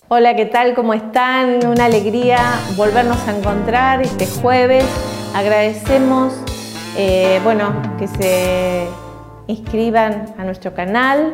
Hola, ¿qué tal? ¿Cómo están? Una alegría volvernos a encontrar este jueves. Agradecemos que se inscriban a nuestro canal,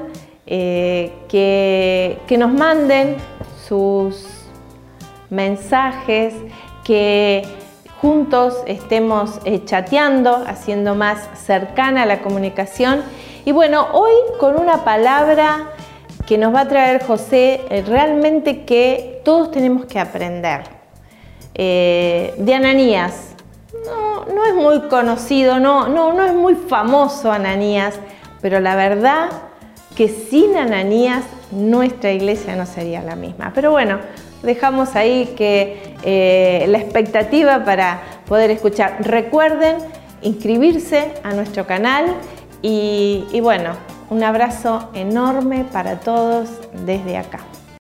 que nos manden sus mensajes, que juntos estemos chateando, haciendo más cercana la comunicación. Y bueno, hoy con una palabra que nos va a traer José, realmente que todos tenemos que aprender. De Ananías. No es muy conocido, no es muy famoso Ananías, pero la verdad que sin Ananías nuestra iglesia no sería la misma. Pero bueno, dejamos ahí que la expectativa para poder escuchar. Recuerden inscribirse a nuestro canal y bueno, un abrazo enorme para todos desde acá.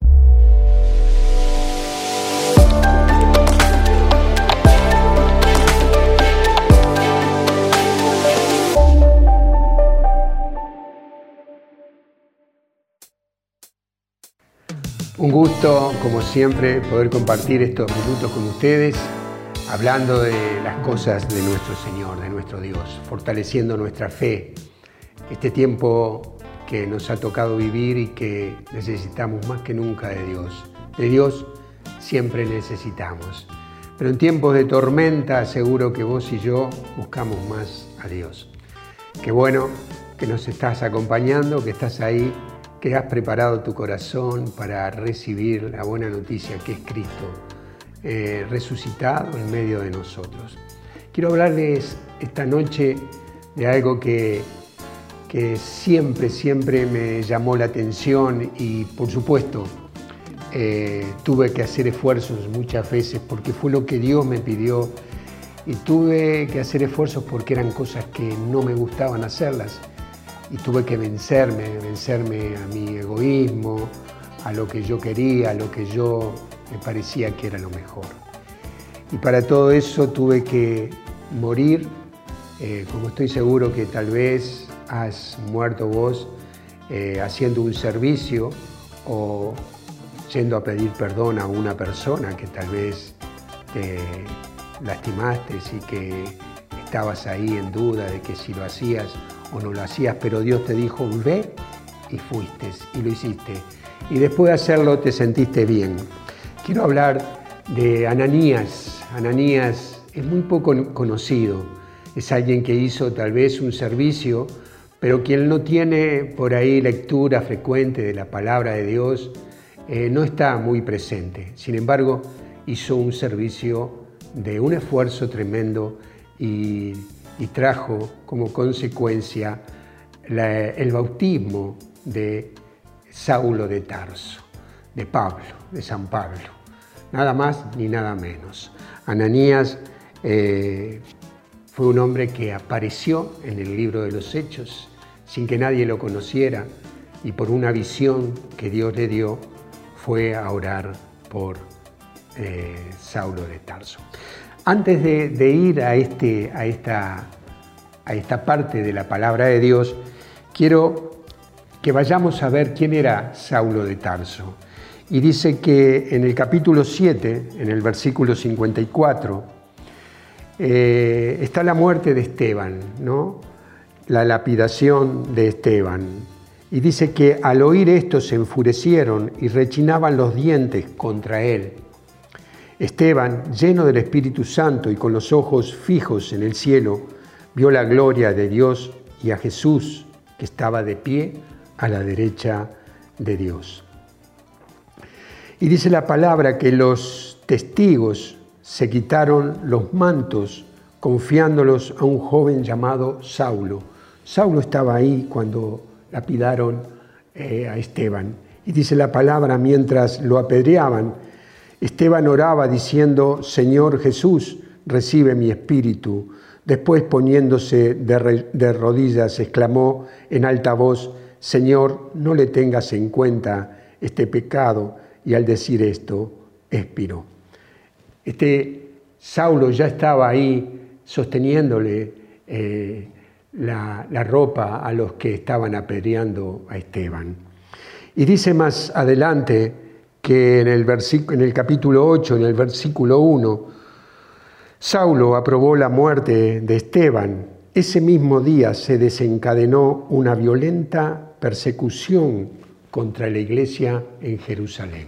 Un gusto, como siempre, poder compartir estos minutos con ustedes, hablando de las cosas de nuestro Señor, de nuestro Dios, fortaleciendo nuestra fe. Este tiempo que nos ha tocado vivir y que necesitamos más que nunca de Dios. De Dios siempre necesitamos. Pero en tiempos de tormenta seguro que vos y yo buscamos más a Dios. Qué bueno que nos estás acompañando, que estás ahí, que has preparado tu corazón para recibir la buena noticia que es Cristo resucitado en medio de nosotros. Quiero hablarles esta noche de algo que siempre me llamó la atención y por supuesto tuve que hacer esfuerzos muchas veces porque fue lo que Dios me pidió y tuve que hacer esfuerzos porque eran cosas que no me gustaban hacerlas y tuve que vencerme a mi egoísmo, a lo que yo quería, a lo que yo me parecía que era lo mejor. Y para todo eso tuve que morir, como estoy seguro que tal vez has muerto vos haciendo un servicio o yendo a pedir perdón a una persona que tal vez te lastimaste y que estabas ahí en duda de que si lo hacías o no lo hacías, pero Dios te dijo, ve y fuiste y lo hiciste. Y después de hacerlo te sentiste bien. Quiero hablar de Ananías. Ananías es muy poco conocido. Es alguien que hizo tal vez un servicio, pero quien no tiene por ahí lectura frecuente de la palabra de Dios, no está muy presente. Sin embargo, hizo un servicio de un esfuerzo tremendo y trajo como consecuencia el bautismo de Saulo de Tarso, de Pablo, de San Pablo. Nada más ni nada menos. Ananías fue un hombre que apareció en el libro de los Hechos sin que nadie lo conociera y por una visión que Dios le dio fue a orar por Saulo de Tarso. Antes de ir a esta parte de la palabra de Dios, quiero que vayamos a ver quién era Saulo de Tarso. Y dice que en el capítulo 7, en el versículo 54, está la muerte de Esteban, ¿no? La lapidación de Esteban. Y dice que al oír esto se enfurecieron y rechinaban los dientes contra él. Esteban, lleno del Espíritu Santo y con los ojos fijos en el cielo, vio la gloria de Dios y a Jesús, que estaba de pie a la derecha de Dios. Y dice la palabra que los testigos se quitaron los mantos confiándolos a un joven llamado Saulo. Saulo estaba ahí cuando lapidaron a Esteban. Y dice la palabra, mientras lo apedreaban, Esteban oraba diciendo, Señor Jesús, recibe mi espíritu. Después, poniéndose de rodillas, exclamó en alta voz, Señor, no le tengas en cuenta este pecado. Y al decir esto, expiró. Saulo ya estaba ahí sosteniéndole la ropa a los que estaban apedreando a Esteban. Y dice más adelante que en el capítulo 8, en el versículo 1, Saulo aprobó la muerte de Esteban. Ese mismo día se desencadenó una violenta persecución contra la iglesia en Jerusalén.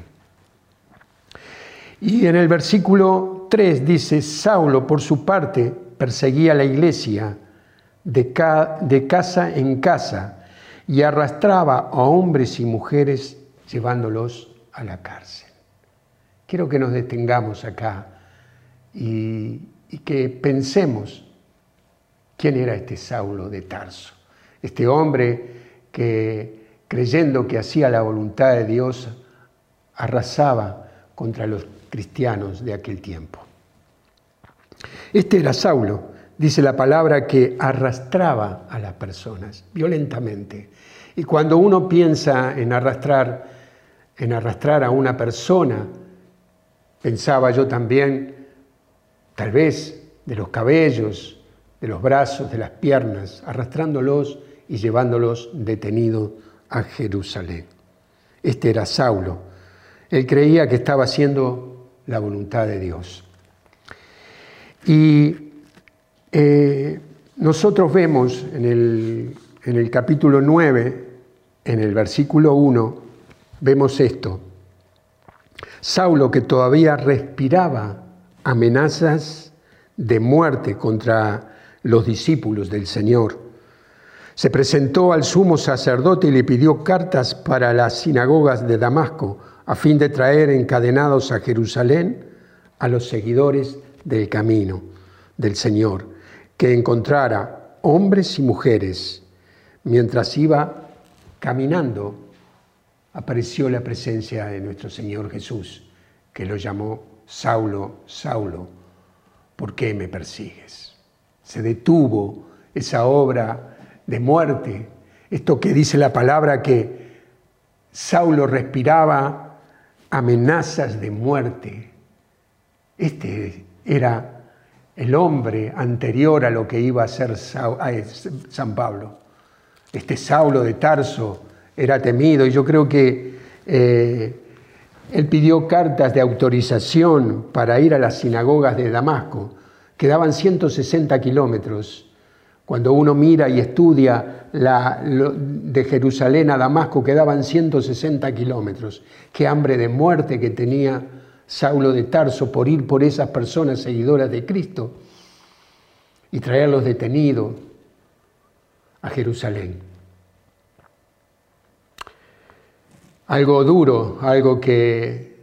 Y en el versículo 3 dice, Saulo por su parte perseguía a la iglesia de casa en casa y arrastraba a hombres y mujeres llevándolos a la cárcel. Quiero que nos detengamos acá y que pensemos quién era este Saulo de Tarso, este hombre que, creyendo que hacía la voluntad de Dios, arrasaba contra los cristianos de aquel tiempo. Este era Saulo, dice la palabra, que arrastraba a las personas violentamente. Y cuando uno piensa en arrastrar a una persona, pensaba yo también, tal vez, de los cabellos, de los brazos, de las piernas, arrastrándolos y llevándolos detenidos a Jerusalén. Este era Saulo. Él creía que estaba haciendo la voluntad de Dios. Y nosotros vemos en el capítulo 9, en el versículo 1, vemos esto. Saulo, que todavía respiraba amenazas de muerte contra los discípulos del Señor, se presentó al sumo sacerdote y le pidió cartas para las sinagogas de Damasco, a fin de traer encadenados a Jerusalén a los seguidores del camino del Señor, que encontrara hombres y mujeres. Mientras iba caminando, apareció la presencia de nuestro Señor Jesús, que lo llamó, Saulo, Saulo, ¿por qué me persigues? Se detuvo esa obra de muerte, esto que dice la palabra, que Saulo respiraba amenazas de muerte. Este era el hombre anterior a lo que iba a ser San Pablo. Este Saulo de Tarso era temido y yo creo que él pidió cartas de autorización para ir a las sinagogas de Damasco. Quedaban 160 kilómetros. Cuando uno mira y estudia de Jerusalén a Damasco, quedaban 160 kilómetros. Qué hambre de muerte que tenía Saulo de Tarso por ir por esas personas seguidoras de Cristo y traerlos detenidos a Jerusalén. Algo duro, algo que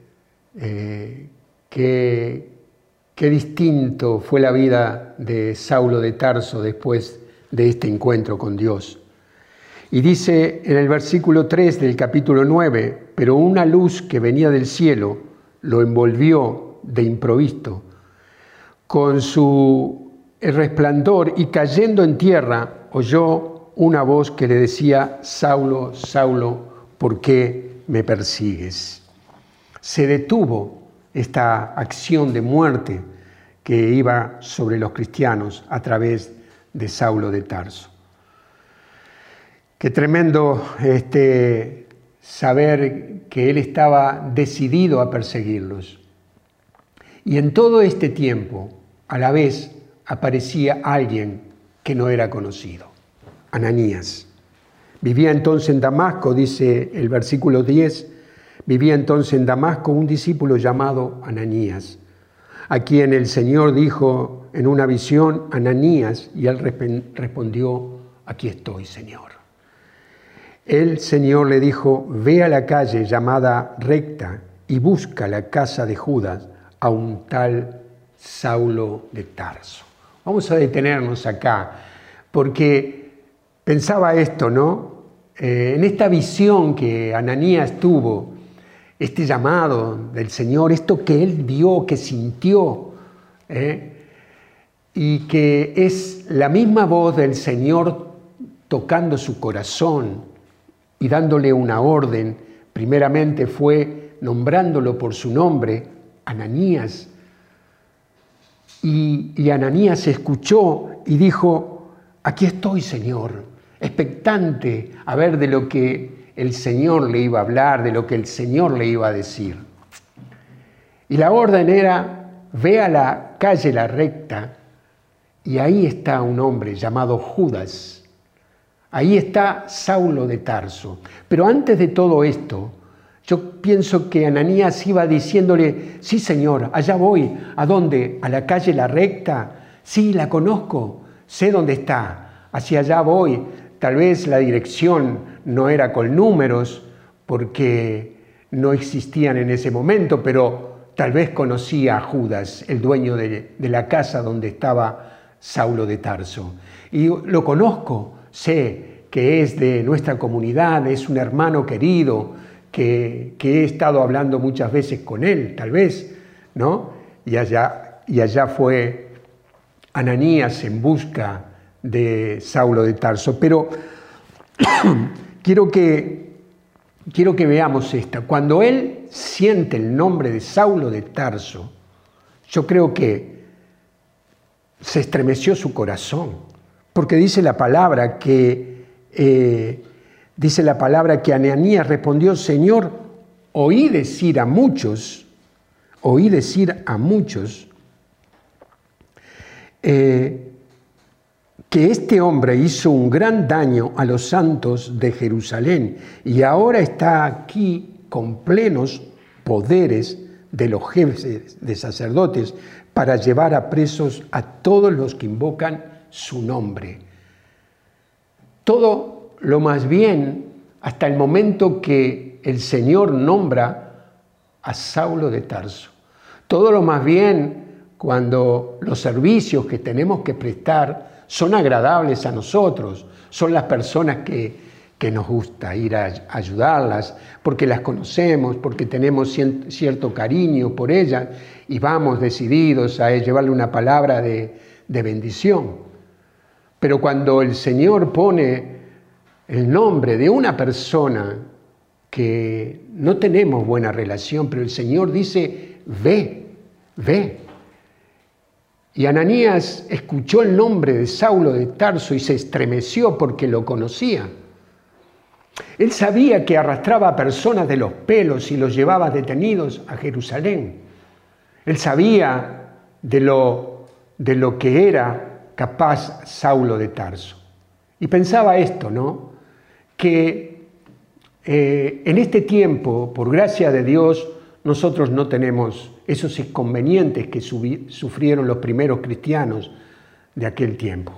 distinto fue la vida de Saulo de Tarso después de este encuentro con Dios. Y dice en el versículo 3 del capítulo 9, pero una luz que venía del cielo lo envolvió de improviso con su resplandor y cayendo en tierra oyó una voz que le decía, Saulo, Saulo, ¿por qué me persigues? Se detuvo esta acción de muerte que iba sobre los cristianos a través de Saulo de Tarso. Qué tremendo saber que él estaba decidido a perseguirlos. Y en todo este tiempo, a la vez, aparecía alguien que no era conocido, Ananías. Vivía entonces en Damasco, dice el versículo 10, vivía entonces en Damasco un discípulo llamado Ananías, a quien el Señor dijo en una visión, Ananías, y él respondió, aquí estoy, Señor. El Señor le dijo, ve a la calle llamada Recta y busca la casa de Judas a un tal Saulo de Tarso. Vamos a detenernos acá, porque pensaba esto, ¿no? En esta visión que Ananías tuvo, este llamado del Señor, esto que él vio, que sintió, y que es la misma voz del Señor tocando su corazón y dándole una orden. Primeramente fue nombrándolo por su nombre, Ananías. Y Ananías escuchó y dijo, aquí estoy, Señor, expectante a ver de lo que el Señor le iba a hablar, de lo que el Señor le iba a decir. Y la orden era, ve a la calle La Recta, y ahí está un hombre llamado Judas. Ahí está Saulo de Tarso. Pero antes de todo esto, yo pienso que Ananías iba diciéndole, sí Señor, allá voy. ¿A dónde? ¿A la calle La Recta? Sí, la conozco, sé dónde está, hacia allá voy. Tal vez la dirección no era con números, porque no existían en ese momento, pero tal vez conocía a Judas, el dueño de la casa donde estaba Saulo de Tarso. Y lo conozco, sé que es de nuestra comunidad, es un hermano querido, que he estado hablando muchas veces con él, tal vez, ¿no? Y allá fue Ananías en busca de Saulo de Tarso. Pero quiero que veamos esta. Cuando él siente el nombre de Saulo de Tarso, yo creo que se estremeció su corazón, porque dice la palabra que Ananías respondió, Señor, oí decir a muchos, que este hombre hizo un gran daño a los santos de Jerusalén y ahora está aquí con plenos poderes de los jefes de sacerdotes para llevar a presos a todos los que invocan su nombre. Todo lo más bien hasta el momento que el Señor nombra a Saulo de Tarso. Todo lo más bien cuando los servicios que tenemos que prestar son agradables a nosotros, son las personas que nos gusta ir a ayudarlas, porque las conocemos, porque tenemos cierto cariño por ellas y vamos decididos a llevarle una palabra de bendición. Pero cuando el Señor pone el nombre de una persona que no tenemos buena relación, pero el Señor dice, ve. Y Ananías escuchó el nombre de Saulo de Tarso y se estremeció porque lo conocía. Él sabía que arrastraba a personas de los pelos y los llevaba detenidos a Jerusalén. Él sabía de lo que era capaz Saulo de Tarso. Y pensaba esto, ¿no? Que en este tiempo, por gracia de Dios, nosotros no tenemos esos inconvenientes que sufrieron los primeros cristianos de aquel tiempo.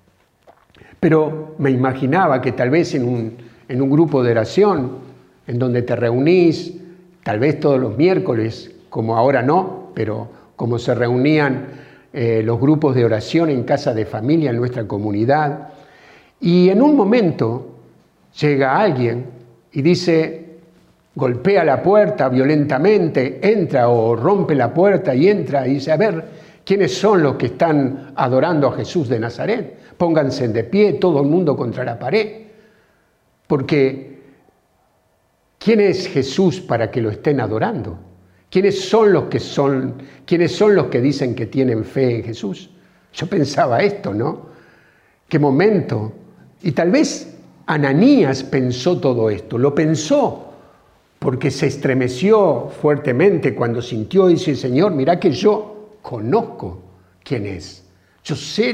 Pero me imaginaba que tal vez en un grupo de oración, en donde te reunís, tal vez todos los miércoles, como ahora no, pero como se reunían los grupos de oración en casa de familia en nuestra comunidad, y en un momento llega alguien y dice, golpea la puerta violentamente, entra o rompe la puerta y entra y dice, a ver, ¿quiénes son los que están adorando a Jesús de Nazaret? Pónganse de pie, todo el mundo contra la pared. Porque, ¿quién es Jesús para que lo estén adorando? ¿Quiénes son los que dicen que tienen fe en Jesús? Yo pensaba esto, ¿no? ¿Qué momento? Y tal vez Ananías pensó todo esto, lo pensó, porque se estremeció fuertemente cuando sintió y dice, Señor, mira que yo conozco quién es. Yo sé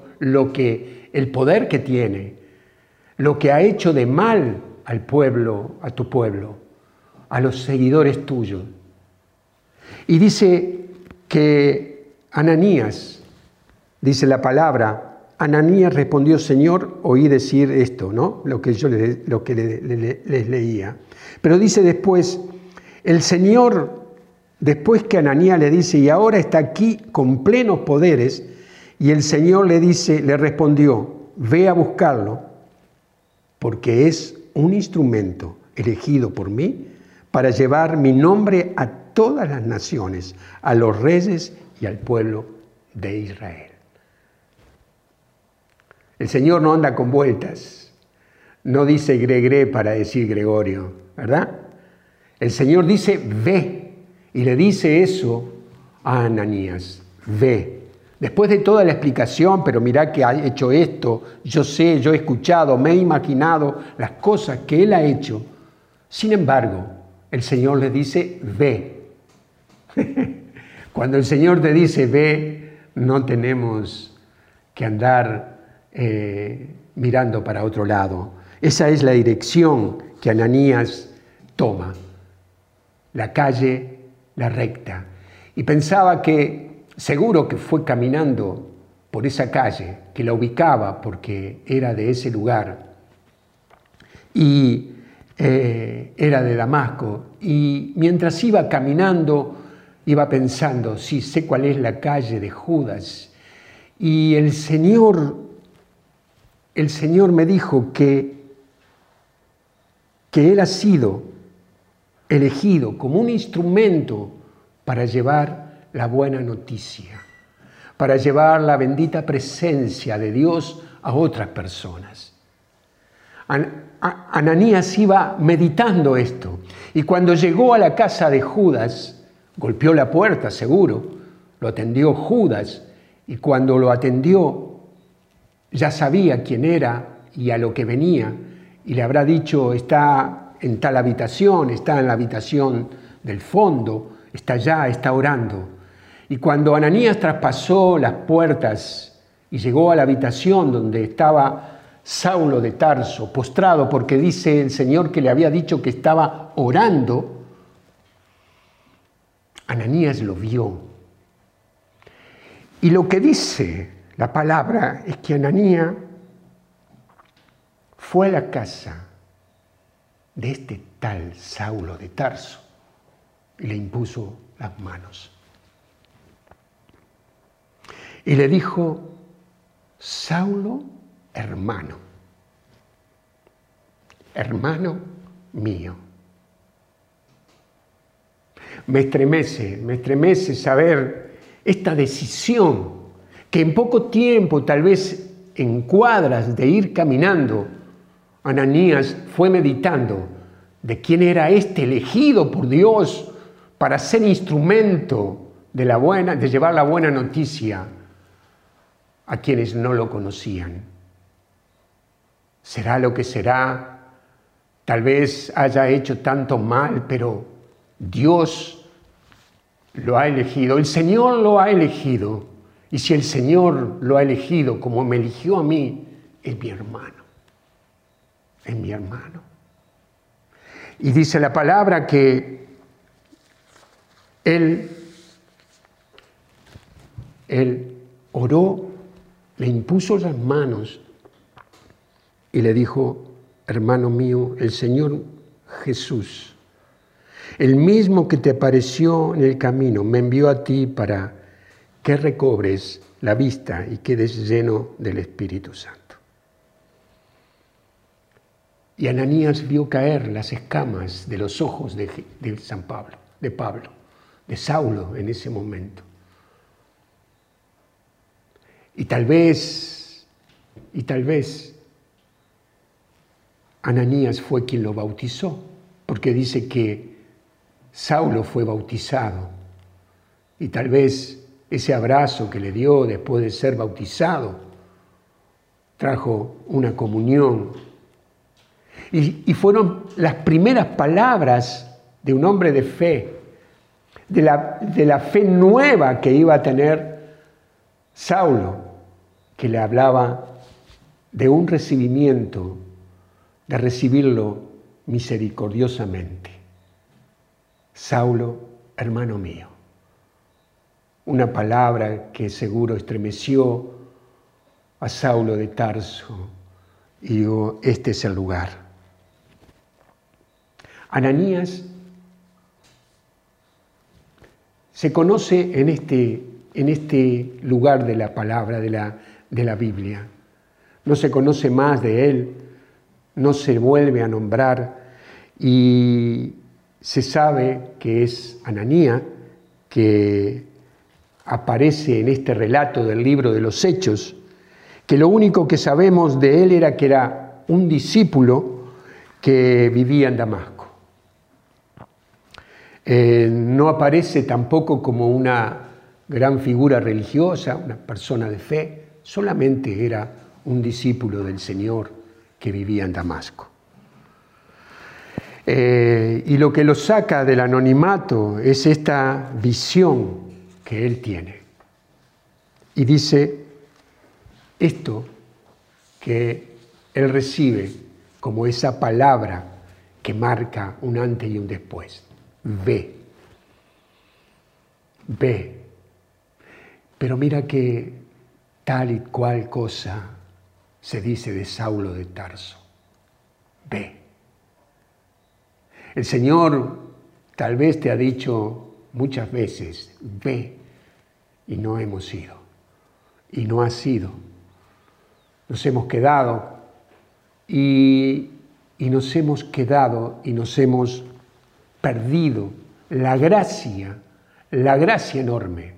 el poder que tiene, lo que ha hecho de mal al pueblo, a tu pueblo, a los seguidores tuyos. Y dice que Ananías, dice la palabra, Ananías respondió, Señor, oí decir esto, ¿no? Lo que les leía. Pero dice después, el Señor, después que Ananías le dice, y ahora está aquí con plenos poderes, y el Señor le respondió, ve a buscarlo, porque es un instrumento elegido por mí para llevar mi nombre a todas las naciones, a los reyes y al pueblo de Israel. El Señor no anda con vueltas, no dice Gregre para decir Gregorio, ¿verdad? El Señor dice, ve, y le dice eso a Ananías, ve. Después de toda la explicación, pero mirá que ha hecho esto, yo sé, yo he escuchado, me he imaginado las cosas que él ha hecho. Sin embargo, el Señor le dice, ve, Cuando el Señor te dice, ve, no tenemos que andar mirando para otro lado. Esa es la dirección que Ananías toma, la calle, la recta. Y pensaba que seguro que fue caminando por esa calle, que la ubicaba porque era de ese lugar, y era de Damasco. Y mientras iba caminando, iba pensando, sí, sé cuál es la calle de Judas. Y el Señor me dijo que Él ha sido elegido como un instrumento para llevar la buena noticia, para llevar la bendita presencia de Dios a otras personas. Ananías iba meditando esto, y cuando llegó a la casa de Judas, golpeó la puerta, seguro, lo atendió Judas, y cuando lo atendió ya sabía quién era y a lo que venía, y le habrá dicho, está en tal habitación, está en la habitación del fondo, está allá, está orando. Y cuando Ananías traspasó las puertas y llegó a la habitación donde estaba Saulo de Tarso, postrado, porque dice el Señor que le había dicho que estaba orando, Ananías lo vio. Y lo que dice la palabra es que Ananías fue a la casa de este tal Saulo de Tarso y le impuso las manos. Y le dijo, Saulo, hermano mío. Me estremece saber esta decisión que en poco tiempo, tal vez en cuadras de ir caminando, Ananías fue meditando de quién era este elegido por Dios para ser instrumento de llevar la buena noticia a quienes no lo conocían. Será lo que será, tal vez haya hecho tanto mal, pero Dios lo ha elegido, el Señor lo ha elegido, y si el Señor lo ha elegido como me eligió a mí, es mi hermano, es mi hermano. Y dice la palabra que él oró, le impuso las manos y le dijo, hermano mío, el Señor Jesús, el mismo que te apareció en el camino, me envió a ti para que recobres la vista y quedes lleno del Espíritu Santo. Y Ananías vio caer las escamas de los ojos de Pablo, de Saulo en ese momento. Y tal vez, Ananías fue quien lo bautizó, porque dice que Saulo fue bautizado. Y tal vez ese abrazo que le dio después de ser bautizado trajo una comunión. Y fueron las primeras palabras de un hombre de fe, de la fe nueva que iba a tener Saulo, que le hablaba de un recibimiento, de recibirlo misericordiosamente. Saulo, hermano mío. Una palabra que seguro estremeció a Saulo de Tarso y digo, este es el lugar. Ananías se conoce en este lugar de la palabra, de la Biblia. No se conoce más de él, no se vuelve a nombrar y se sabe que es Ananías, que aparece en este relato del libro de los Hechos, que lo único que sabemos de él era que era un discípulo que vivía en Damasco. No aparece tampoco como una gran figura religiosa, una persona de fe, solamente era un discípulo del Señor que vivía en Damasco. Y lo que lo saca del anonimato es esta visión que él tiene. Y dice esto que él recibe como esa palabra que marca un antes y un después. Ve. Ve. Pero mira que tal y cual cosa se dice de Saulo de Tarso. Ve. El Señor tal vez te ha dicho muchas veces, ve, y no hemos ido, y no has ido. Nos hemos quedado y nos hemos quedado y nos hemos perdido la gracia enorme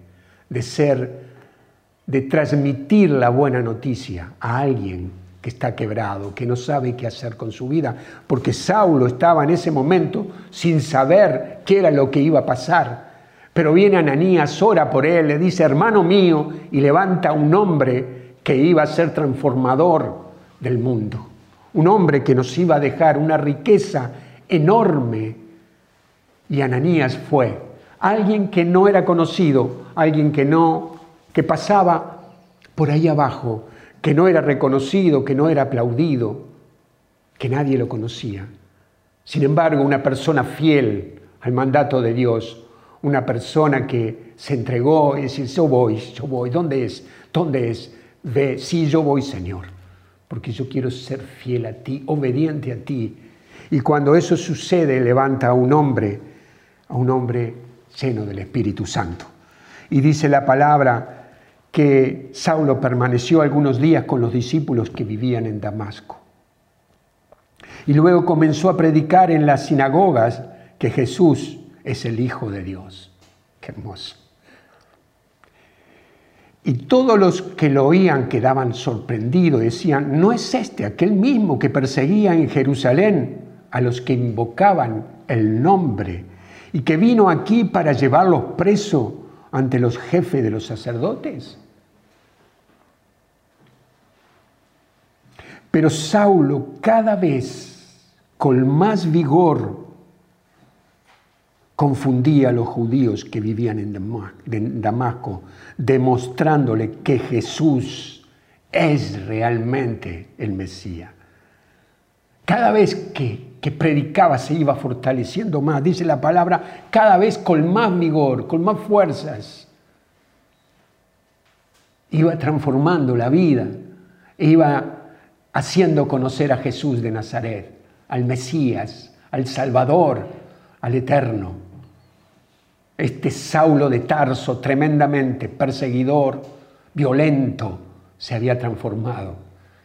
de transmitir la buena noticia a alguien que está quebrado, que no sabe qué hacer con su vida, porque Saulo estaba en ese momento sin saber qué era lo que iba a pasar. Pero viene Ananías, ora por él, le dice, hermano mío, y levanta un hombre que iba a ser transformador del mundo. Un hombre que nos iba a dejar una riqueza enorme. Y Ananías fue alguien que no era conocido, alguien que pasaba por ahí abajo, que no era reconocido, que no era aplaudido, que nadie lo conocía. Sin embargo, una persona fiel al mandato de Dios, una persona que se entregó y decía, yo voy, ¿dónde es? ¿Dónde es? Ve, sí, yo voy, Señor, porque yo quiero ser fiel a ti, obediente a ti. Y cuando eso sucede, levanta a un hombre lleno del Espíritu Santo. Y dice la palabra que Saulo permaneció algunos días con los discípulos que vivían en Damasco. Y luego comenzó a predicar en las sinagogas que Jesús es el Hijo de Dios. Qué hermoso. Y todos los que lo oían quedaban sorprendidos, decían, ¿no es este aquel mismo que perseguía en Jerusalén a los que invocaban el nombre y que vino aquí para llevarlos presos ante los jefes de los sacerdotes? Pero Saulo cada vez con más vigor confundía a los judíos que vivían en Damasco, demostrándole que Jesús es realmente el Mesías. Cada vez que predicaba se iba fortaleciendo más, dice la palabra, cada vez con más vigor, con más fuerzas. Iba transformando la vida, iba haciendo conocer a Jesús de Nazaret, al Mesías, al Salvador, al Eterno. Este Saulo de Tarso, tremendamente perseguidor, violento, se había transformado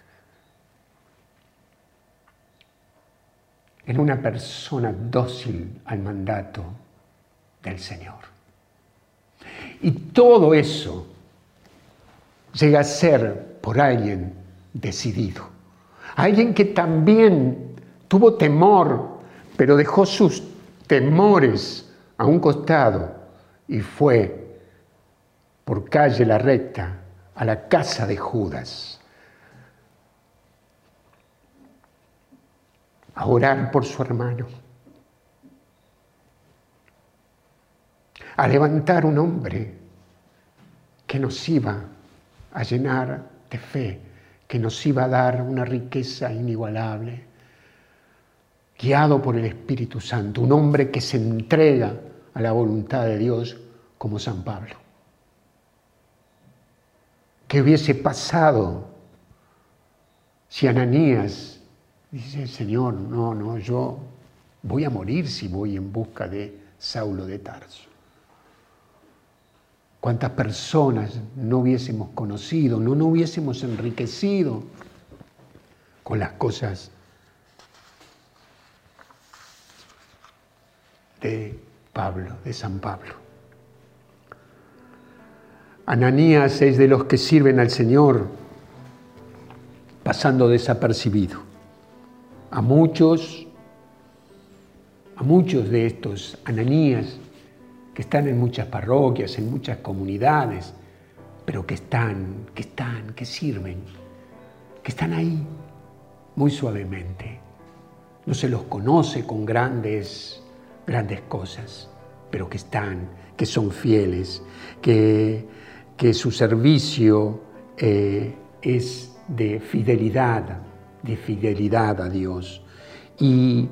en una persona dócil al mandato del Señor. Y todo eso llega a ser por alguien decidido. Alguien que también tuvo temor, pero dejó sus temores a un costado y fue por calle La Recta a la casa de Judas a orar por su hermano, a levantar un hombre que nos iba a llenar de fe, que nos iba a dar una riqueza inigualable, guiado por el Espíritu Santo, un hombre que se entrega a la voluntad de Dios como San Pablo. ¿Qué hubiese pasado si Ananías dice, Señor, no, yo voy a morir si voy en busca de Saulo de Tarso? ¿Cuántas personas no hubiésemos conocido, no hubiésemos enriquecido con las cosas de Pablo, de San Pablo? Ananías es de los que sirven al Señor pasando desapercibido. A muchos de estos Ananías que están en muchas parroquias, en muchas comunidades, pero que sirven, que están ahí muy suavemente, no se los conoce con grandes cosas, pero que están, que son fieles, que su servicio es de fidelidad a Dios. Y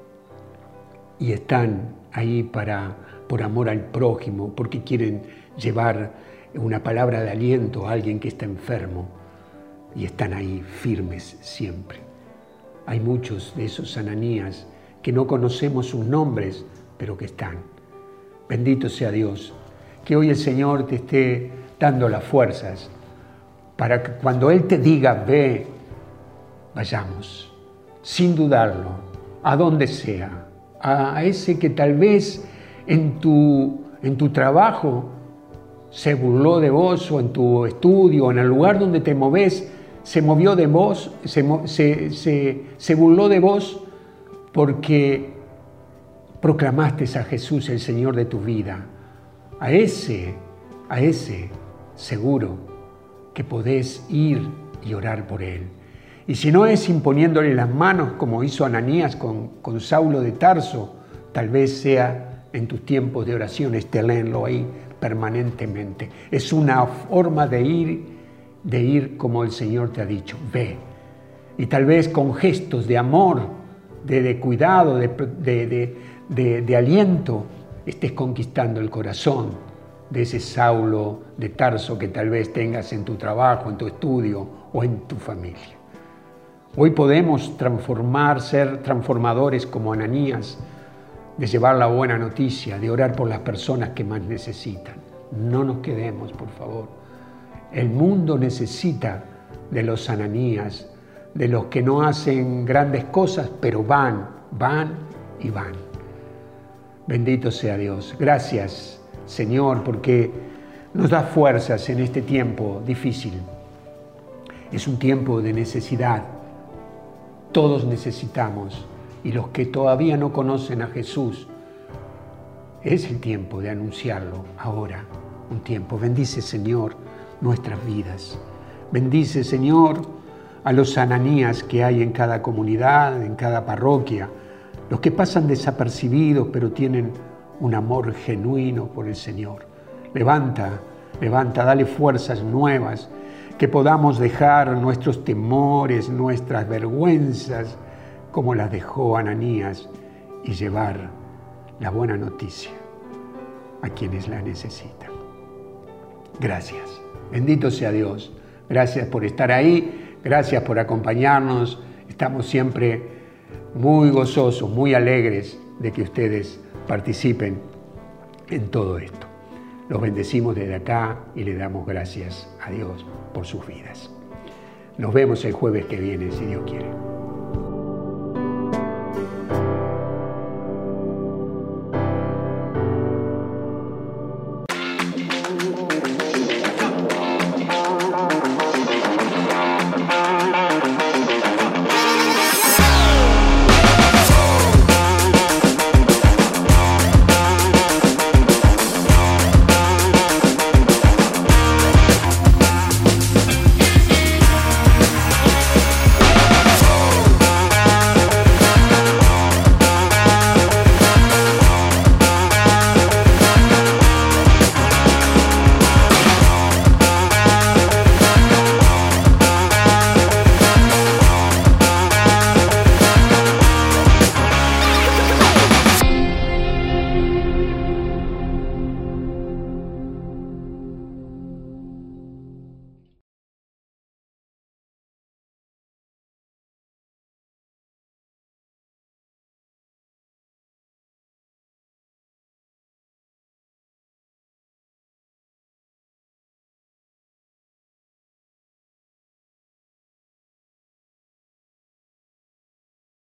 están ahí por amor al prójimo, porque quieren llevar una palabra de aliento a alguien que está enfermo, y están ahí firmes siempre. Hay muchos de esos Ananías que no conocemos sus nombres, pero que están. Bendito sea Dios, que hoy el Señor te esté dando las fuerzas para que cuando Él te diga, ve, vayamos, sin dudarlo, a donde sea, a ese que tal vez en tu trabajo se burló de vos, o en tu estudio, o en el lugar donde te moves, se movió de vos, se burló de vos porque proclamaste a Jesús el Señor de tu vida. A ese seguro que podés ir y orar por él. Y si no es imponiéndole las manos como hizo Ananías con Saulo de Tarso, tal vez sea en tus tiempos de oración, tenlo ahí permanentemente. Es una forma de ir como el Señor te ha dicho, ve. Y tal vez con gestos de amor, de cuidado, de aliento, estés conquistando el corazón de ese Saulo de Tarso que tal vez tengas en tu trabajo, en tu estudio o en tu familia. Hoy podemos ser transformadores como Ananías, de llevar la buena noticia, de orar por las personas que más necesitan. No nos quedemos, por favor. El mundo necesita de los Ananías, de los que no hacen grandes cosas, pero van. Bendito sea Dios. Gracias, Señor, porque nos da fuerzas en este tiempo difícil. Es un tiempo de necesidad. Todos necesitamos. Y los que todavía no conocen a Jesús, es el tiempo de anunciarlo ahora. Un tiempo. Bendice, Señor, nuestras vidas. Bendice, Señor, a los Ananías que hay en cada comunidad, en cada parroquia, los que pasan desapercibidos pero tienen un amor genuino por el Señor. Levanta, dale fuerzas nuevas, que podamos dejar nuestros temores, nuestras vergüenzas, como las dejó Ananías, y llevar la buena noticia a quienes la necesitan. Gracias. Bendito sea Dios. Gracias por estar ahí. Gracias por acompañarnos. Estamos siempre muy gozosos, muy alegres de que ustedes participen en todo esto. Los bendecimos desde acá y le damos gracias a Dios por sus vidas. Nos vemos el jueves que viene, si Dios quiere.